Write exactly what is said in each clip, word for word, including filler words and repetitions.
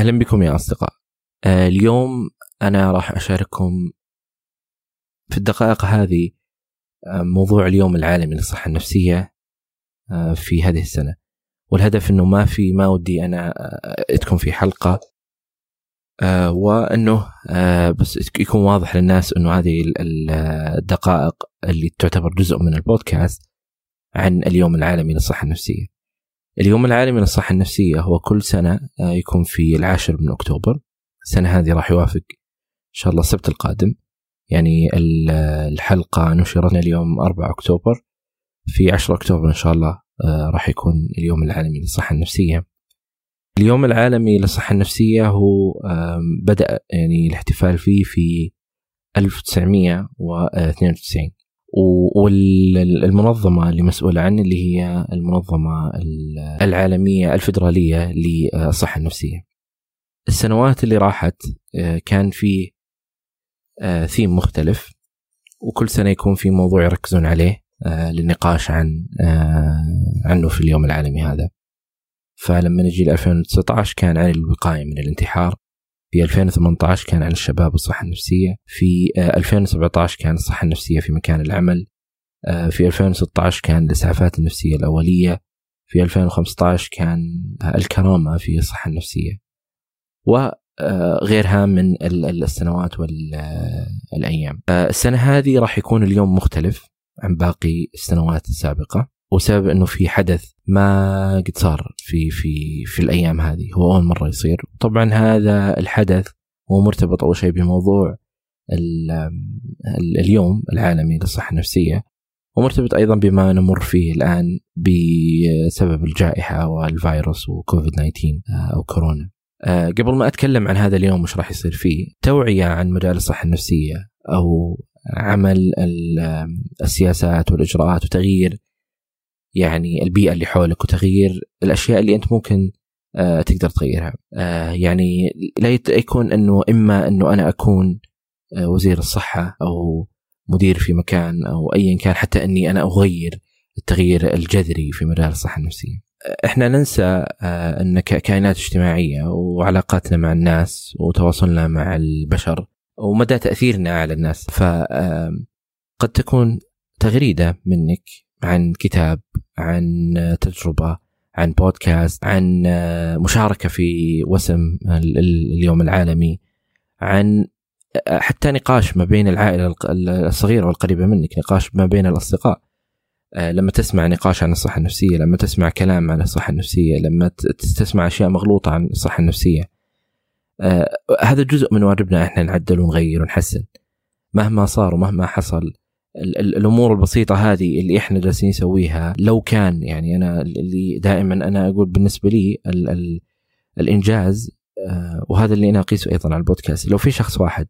أهلا بكم يا أصدقاء. آه اليوم أنا راح أشارككم في الدقائق هذه آه موضوع اليوم العالمي للصحة النفسية آه في هذه السنة، والهدف أنه ما في ما ودي أنا آه تكون في حلقة آه وأنه آه بس يكون واضح للناس أنه هذه الدقائق اللي تعتبر جزء من البودكاست عن اليوم العالمي للصحة النفسية. اليوم العالمي للصحة النفسية هو كل سنة يكون في العاشر من أكتوبر. السنة هذه راح يوافق إن شاء الله السبت القادم، يعني الحلقة نشرتنا اليوم أربعة أكتوبر، في عشرة أكتوبر إن شاء الله راح يكون اليوم العالمي للصحة النفسية. اليوم العالمي للصحة النفسية هو بدأ يعني الاحتفال فيه في ألف وتسعمائة واثنين وتسعين، والمنظمة اللي مسؤولة عنه اللي هي المنظمة العالمية الفيدرالية للصحة النفسية. السنوات اللي راحت كان في ثيم مختلف، وكل سنة يكون في موضوع يركزون عليه للنقاش عن عنه في اليوم العالمي هذا. فلما نجي ل ألفين وتسعة عشر كان عن الوقاية من الانتحار، في ألفين وثمانية عشر كان عن الشباب والصحة النفسية، في ألفين وسبعة عشر كان الصحة النفسية في مكان العمل، في ألفين وستة عشر كان الإسعافات النفسية الأولية، في ألفين وخمسة عشر كان الكرامة في الصحة النفسية، وغيرها من السنوات والأيام. السنة هذه راح يكون اليوم مختلف عن باقي السنوات السابقة، وسبب أنه في حدث ما قد صار في في في الأيام هذه، هو أول مرة يصير. طبعا هذا الحدث هو مرتبط أول شيء بموضوع اليوم العالمي للصحة النفسية، ومرتبط أيضا بما نمر فيه الآن بسبب الجائحة والفيروس وكوفيد تسعة عشر أو كورونا. قبل ما أتكلم عن هذا اليوم مش راح يصير فيه توعية عن مجال الصحة النفسية أو عمل السياسات والإجراءات وتغيير يعني البيئة اللي حولك وتغيير الأشياء اللي أنت ممكن آه تقدر تغيرها. آه يعني لا يكون أنه إما أنه أنا أكون آه وزير الصحة أو مدير في مكان أو أيا كان، حتى أني أنا أغير التغيير الجذري في مجال الصحة النفسية. إحنا ننسى آه أن كائنات اجتماعية، وعلاقاتنا مع الناس وتواصلنا مع البشر ومدى تأثيرنا على الناس، فقد تكون تغريدة منك عن كتاب، عن تجربة، عن بودكاست، عن مشاركة في وسم اليوم العالمي، عن حتى نقاش ما بين العائلة الصغيرة والقريبة منك، نقاش ما بين الأصدقاء. لما تسمع نقاش عن الصحة النفسية، لما تسمع كلام عن الصحة النفسية، لما تسمع أشياء مغلوطة عن الصحة النفسية، هذا جزء من واجبنا إحنا نعدل ونغير ونحسن مهما صار ومهما حصل. الأمور البسيطة هذه اللي إحنا جالسين نسويها، لو كان يعني أنا اللي دائما أنا أقول بالنسبة لي ال ال الإنجاز، آه وهذا اللي أنا أقيسه أيضا على البودكاست، لو في شخص واحد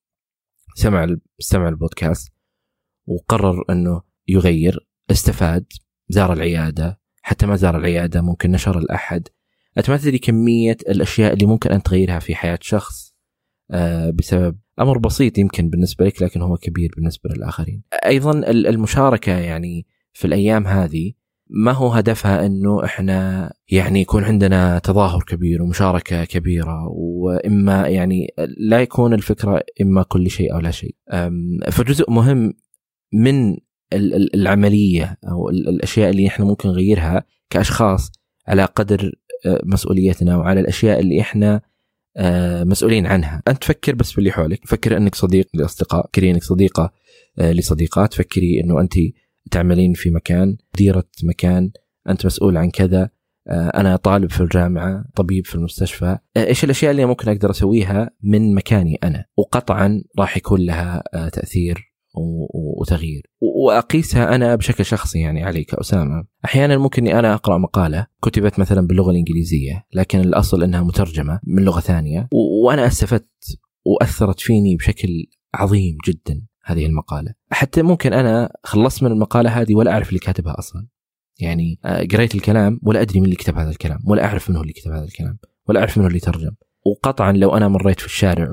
سمع سمع البودكاست وقرر أنه يغير، استفاد، زار العيادة، حتى ما زار العيادة ممكن نشر الأحد، أنت ما تدري كمية الأشياء اللي ممكن أن تغيرها في حياة شخص آه بسبب أمر بسيط يمكن بالنسبة لك لكن هو كبير بالنسبة للآخرين. أيضا المشاركة يعني في الأيام هذه ما هو هدفها أنه إحنا يعني يكون عندنا تظاهر كبير ومشاركة كبيرة، وإما يعني لا يكون الفكرة إما كل شيء أو لا شيء. فجزء مهم من العملية أو الأشياء اللي إحنا ممكن نغيرها كأشخاص على قدر مسؤوليتنا، وعلى الأشياء اللي إحنا مسؤولين عنها. أنت تفكر بس باللي حولك، فكر أنك صديق لأصدقاء، فكري أنك صديقة لصديقات، فكري أنه أنت تعملين في مكان، مديرة مكان، أنت مسؤول عن كذا، أنا طالب في الجامعة، طبيب في المستشفى. إيش الأشياء اللي ممكن أقدر أسويها من مكاني أنا، وقطعا راح يكون لها تأثير وتغيير. وأقيسها أنا بشكل شخصي يعني علي كأسامة. أحيانا ممكن أني أنا أقرأ مقالة كتبت مثلا باللغة الإنجليزية لكن الأصل أنها مترجمة من لغة ثانية، وأنا استفدت وأثرت فيني بشكل عظيم جدا هذه المقالة. حتى ممكن أنا خلصت من المقالة هذه ولا أعرف اللي كاتبها أصلا، يعني قريت الكلام ولا أدري من اللي كتب هذا الكلام، ولا أعرف منه اللي كتب هذا الكلام، ولا أعرف منه اللي ترجم. وقطعا لو أنا مريت في الشارع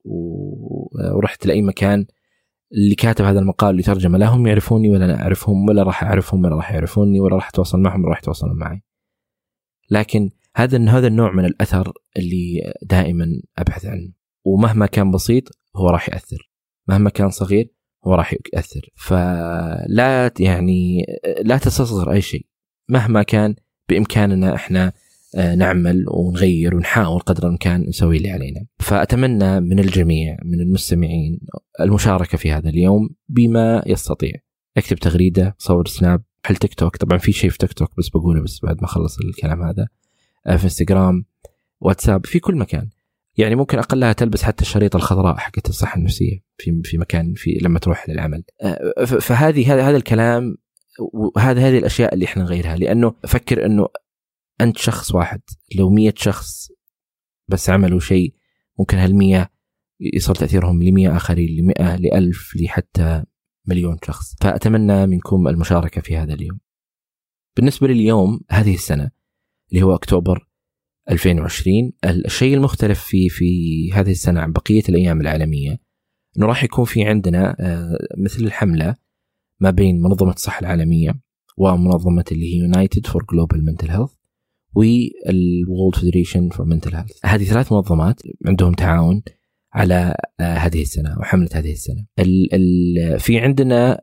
ورحت لأي مكان، اللي كاتب هذا المقال اللي ترجمه لا هم يعرفوني ولا أنا أعرفهم، ولا راح أعرفهم ولا راح يعرفوني، ولا راح أتواصل معهم ولا راح يتواصلون معي. لكن هذا هذا النوع من الأثر اللي دائما أبحث عنه، ومهما كان بسيط هو راح يأثر، مهما كان صغير هو راح يأثر. فلا يعني لا تستصغر أي شيء، مهما كان بإمكاننا إحنا نعمل ونغير ونحاول قدر الإمكان نسوي اللي علينا. فأتمنى من الجميع من المستمعين المشاركة في هذا اليوم بما يستطيع. اكتب تغريدة، صور سناب، حل تيك توك، طبعا في شيء في تيك توك بس بقوله بس بعد ما أخلص الكلام هذا، في انستغرام، واتساب، في كل مكان. يعني ممكن أقلها تلبس حتى الشريطة الخضراء حقت الصحة النفسية في في مكان في لما تروح للعمل. فهذه هذا هذا الكلام وهذا هذه الأشياء اللي إحنا نغيرها، لأنه فكر إنه أنت شخص واحد، لو مية شخص بس عملوا شيء ممكن هالمية يصل تأثيرهم لمية آخرين، لمئة، لألف، لحتى مليون شخص. فأتمنى منكم المشاركة في هذا اليوم. بالنسبة لليوم هذه السنة اللي هو أكتوبر ألفين وعشرين، الشيء المختلف في في هذه السنة عن بقية الأيام العالمية إنه راح يكون في عندنا مثل الحملة ما بين منظمة الصحة العالمية ومنظمة اللي هي United for Global Mental Health والWorld Federation for Mental Health. هذه ثلاث منظمات عندهم تعاون على هذه السنة وحملة هذه السنة. ال ال في عندنا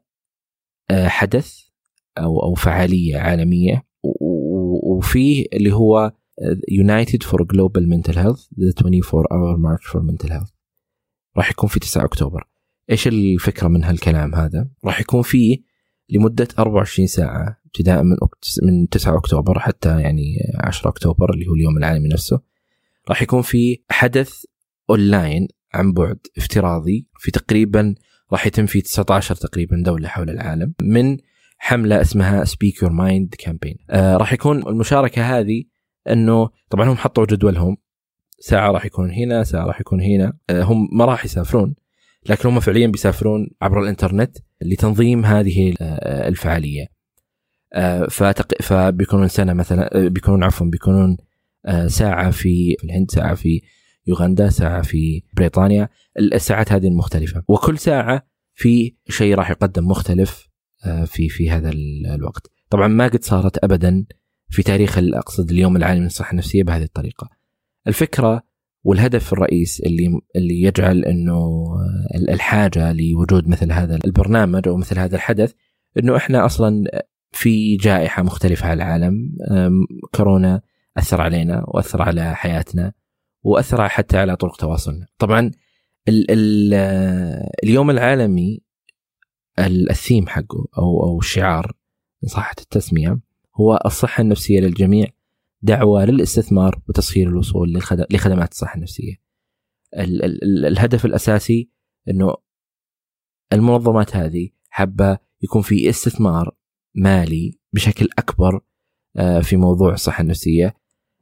حدث أو أو فعالية عالمية، وفيه اللي هو United for Global Mental Health the twenty-four hour March for Mental Health. راح يكون في تسعة أكتوبر. إيش الفكرة من هالكلام هذا؟ راح يكون فيه لمدة أربعة وعشرين ساعة ابتداء من من تسعة أكتوبر حتى يعني عشرة أكتوبر اللي هو اليوم العالمي نفسه. راح يكون في حدث أونلاين عن بعد افتراضي في تقريبا راح يتم في تسعة عشر تقريبا دولة حول العالم من حملة اسمها Speak Your Mind Campaign. آه راح يكون المشاركة هذه أنه طبعا هم حطوا جدولهم، ساعة راح يكون هنا، ساعة راح يكون هنا. آه هم ما راح يسافرون، لكن هم فعليا بيسافرون عبر الانترنت لتنظيم هذه آه الفعالية. آه فتق... فبيكونون سنة مثلا بيكونون عفوا بيكونون آه ساعة في الهند، ساعة في يوغندا، ساعة في بريطانيا. الساعات هذه المختلفة، وكل ساعة في شيء راح يقدم مختلف آه في في هذا الوقت. طبعا ما قد صارت أبدا في تاريخ أقصد اليوم العالمي للصحة النفسية بهذه الطريقة. الفكرة والهدف الرئيس اللي اللي يجعل إنه الحاجة لوجود مثل هذا البرنامج أو مثل هذا الحدث إنه إحنا أصلا في جائحة مختلفة على العالم. كورونا أثر علينا وأثر على حياتنا وأثر حتى على طرق تواصلنا. طبعا ال ال اليوم العالمي الثيم حقه أو أو الشعار إن صحت التسمية هو الصحة النفسية للجميع، دعوة للاستثمار وتسهيل الوصول لخدمات الصحة النفسية. ال ال الهدف الأساسي إنه المنظمات هذه حابة يكون في استثمار مالي بشكل أكبر في موضوع الصحة النفسية.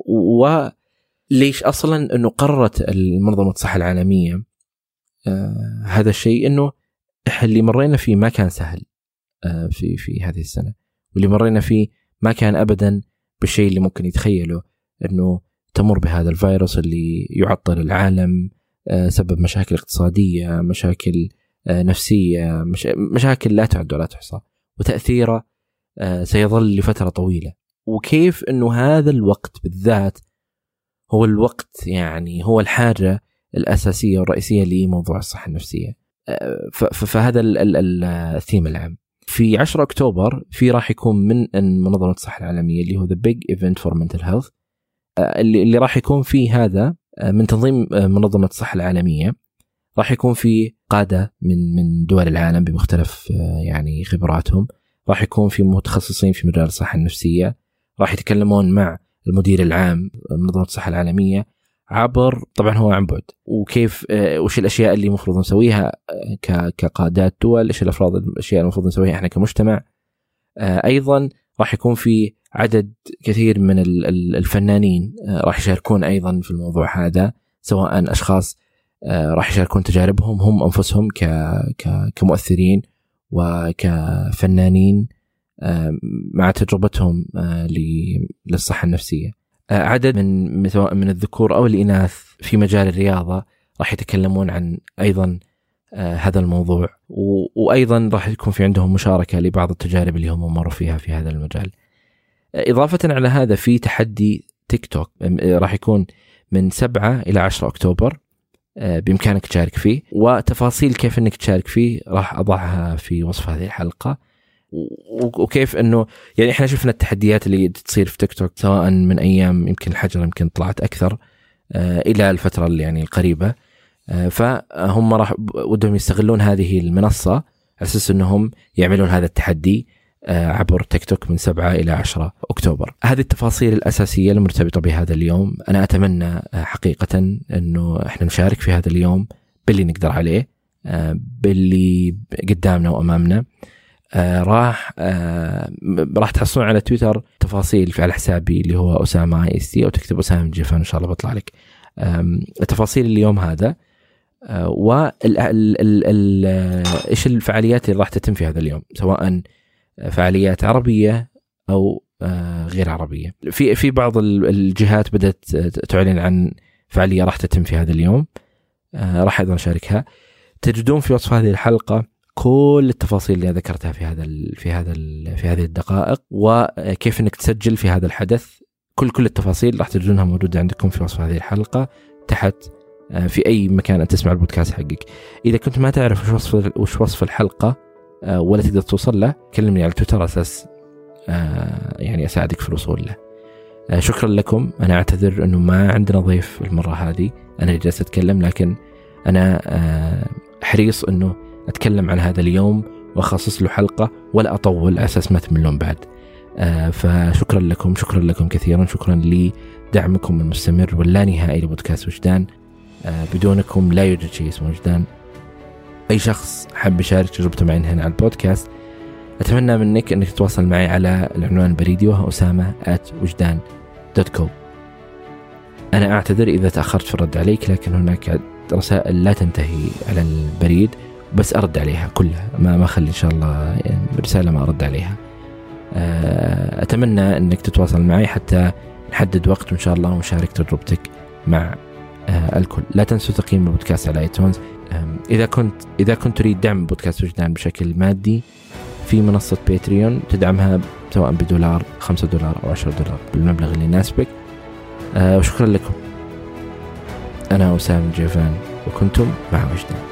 وليش أصلا أنه قررت المنظمة الصحة العالمية هذا الشيء؟ أنه اللي مرينا فيه ما كان سهل في في هذه السنة، واللي مرينا فيه ما كان أبدا بالشيء اللي ممكن يتخيله، أنه تمر بهذا الفيروس اللي يعطل العالم، سبب مشاكل اقتصادية، مشاكل نفسية، مش مشاكل لا تعد ولا تحصى، وتأثيره سيظل لفترة طويلة. وكيف أنه هذا الوقت بالذات هو الوقت يعني هو الحاجة الأساسية والرئيسية لموضوع الصحة النفسية. فهذا الثيم العام. في عشرة أكتوبر في راح يكون من منظمة الصحة العالمية اللي هو The Big Event for Mental Health، اللي, اللي راح يكون فيه هذا من تنظيم منظمة الصحة العالمية. راح يكون في قادة من من دول العالم بمختلف يعني خبراتهم، راح يكون في متخصصين في مجال الصحة النفسية، راح يتكلمون مع المدير العام منظمة الصحة العالمية عبر طبعا هو عن بعد، وكيف وش الأشياء اللي مفروض نسويها كقادات دول، إيش الأفراد الأشياء المفروض نسويها إحنا كمجتمع. أيضا راح يكون في عدد كثير من الفنانين راح يشاركون أيضا في الموضوع هذا، سواء أشخاص راح يشاركون تجاربهم هم أنفسهم كمؤثرين وكفنانين مع تجربتهم للصحة النفسية. عدد من من الذكور أو الإناث في مجال الرياضة راح يتكلمون عن أيضا هذا الموضوع، وأيضا راح يكون في عندهم مشاركة لبعض التجارب اللي هم مروا فيها في هذا المجال. إضافة على هذا في تحدي تيك توك راح يكون من سبعة إلى عشرة أكتوبر، بإمكانك تشارك فيه، وتفاصيل كيف أنك تشارك فيه راح أضعها في وصف هذه الحلقة. وكيف أنه يعني إحنا شفنا التحديات اللي تصير في تيك توك سواء من أيام يمكن الحجر يمكن طلعت أكثر إلى الفترة اللي يعني القريبة، فهم راح ودهم يستغلون هذه المنصة على أساس أنهم يعملون هذا التحدي عبر تيك توك من سبعة إلى عشرة أكتوبر. هذه التفاصيل الأساسية المرتبطة بهذا اليوم. أنا أتمنى حقيقة أنه إحنا نشارك في هذا اليوم باللي نقدر عليه، باللي قدامنا وأمامنا. راح راح تحصلون على تويتر تفاصيل في على حسابي اللي هو أسامة آي إس تي، أو تكتب أسامة جيفان إن شاء الله بطلع لك تفاصيل اليوم هذا، وإيش الفعاليات اللي راح تتم في هذا اليوم، سواء فعاليات عربية أو غير عربية. في في بعض الجهات بدأت تعلن عن فعالية راح تتم في هذا اليوم، راح أيضا أشاركها. تجدون في وصف هذه الحلقة كل التفاصيل اللي ذكرتها في هذا في هذا في هذه الدقائق، وكيف إنك تسجل في هذا الحدث. كل كل التفاصيل راح تجدونها موجودة عندكم في وصف هذه الحلقة تحت في أي مكان أنت تسمع البودكاست حقك. إذا كنت ما تعرف وش وصف وش وصف الحلقة ولا تقدر توصل له، كلمني على تويتر أساس يعني أساعدك في الوصول له. شكرا لكم. أنا أعتذر أنه ما عندنا ضيف المرة هذه، أنا اللي جالس أتكلم، لكن أنا حريص أنه أتكلم عن هذا اليوم وأخصص له حلقة ولا أطول على أساس ما تملون بعد. فشكرا لكم، شكرا لكم كثيرا، شكرا لدعمكم المستمر واللا نهائي لبودكاست وجدان. بدونكم لا يوجد شيء اسمه وجدان. أي شخص حاب يشارك تجربته معي هنا على البودكاست، أتمنى منك أنك تتواصل معي على العنوان البريدي وهو أسامة آت وجدان دوت كوم. أنا أعتذر إذا تأخرت في الرد عليك، لكن هناك رسائل لا تنتهي على البريد بس أرد عليها كلها، ما ما أخلي إن شاء الله يعني رسالة ما أرد عليها. أتمنى أنك تتواصل معي حتى نحدد وقت إن شاء الله ونشارك تجربتك مع الكل. لا تنسوا تقييم البودكاست على ايتونز. إذا كنت إذا كنت تريد دعم بودكاست وجدان بشكل مادي، في منصة باتريون تدعمها سواء بدولار، خمسة دولار أو عشرة دولار بالمبلغ اللي يناسبك. وشكرا لكم. أنا أسامة جيفان وكنتم مع وجدان.